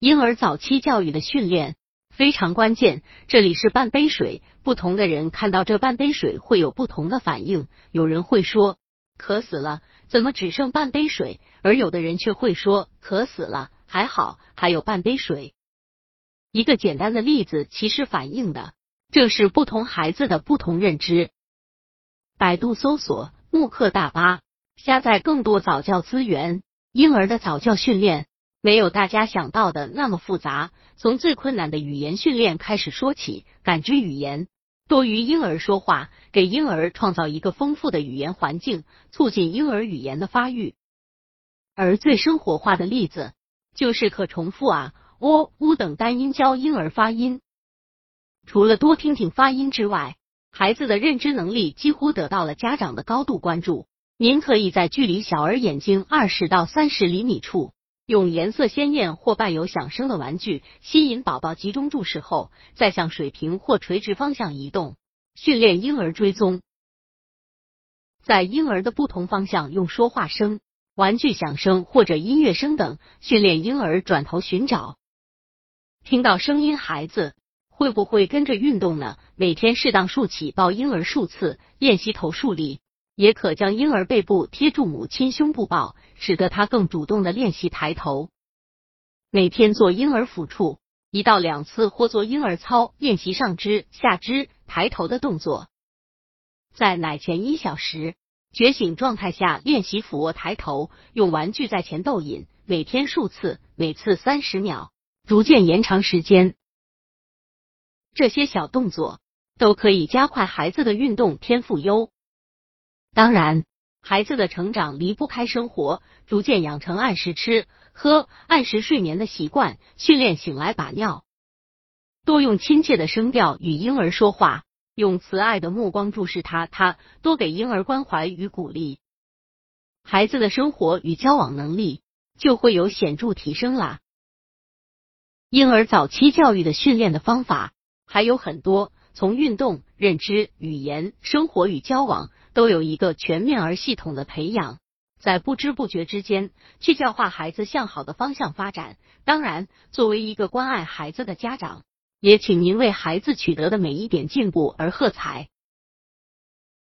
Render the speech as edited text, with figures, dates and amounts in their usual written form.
婴儿早期教育的训练非常关键。这里是半杯水，不同的人看到这半杯水会有不同的反应。有人会说渴死了，怎么只剩半杯水？而有的人却会说渴死了，还好还有半杯水。一个简单的例子其实反映的正是不同孩子的不同认知。百度搜索慕课大巴，下载更多早教资源。婴儿的早教训练没有大家想到的那么复杂，从最困难的语言训练开始说起。感知语言，多与婴儿说话，给婴儿创造一个丰富的语言环境，促进婴儿语言的发育。而最生活化的例子就是可重复啊、喔、呜等单音教婴儿发音。除了多听听发音之外，孩子的认知能力几乎得到了家长的高度关注。您可以在距离小儿眼睛20到30厘米处，用颜色鲜艳或伴有响声的玩具吸引宝宝集中注视后，再向水平或垂直方向移动，训练婴儿追踪。在婴儿的不同方向用说话声、玩具响声或者音乐声等训练婴儿转头寻找。听到声音，孩子会不会跟着运动呢？每天适当竖起抱婴儿数次，练习头竖立。也可将婴儿背部贴住母亲胸部抱，使得他更主动地练习抬头。每天做婴儿抚触1到2次，或做婴儿操，练习上肢、下肢、抬头的动作。在奶前1小时觉醒状态下练习俯卧抬头，用玩具在前逗引，每天数次，每次30秒，逐渐延长时间。这些小动作都可以加快孩子的运动天赋优。当然，孩子的成长离不开生活，逐渐养成按时吃喝、按时睡眠的习惯，训练醒来把尿。多用亲切的声调与婴儿说话，用慈爱的目光注视他，多给婴儿关怀与鼓励，孩子的生活与交往能力就会有显著提升啦。婴儿早期教育的训练的方法还有很多，从运动、认知、语言、生活与交往都有一个全面而系统的培养，在不知不觉之间去教化孩子向好的方向发展。当然，作为一个关爱孩子的家长，也请您为孩子取得的每一点进步而喝彩。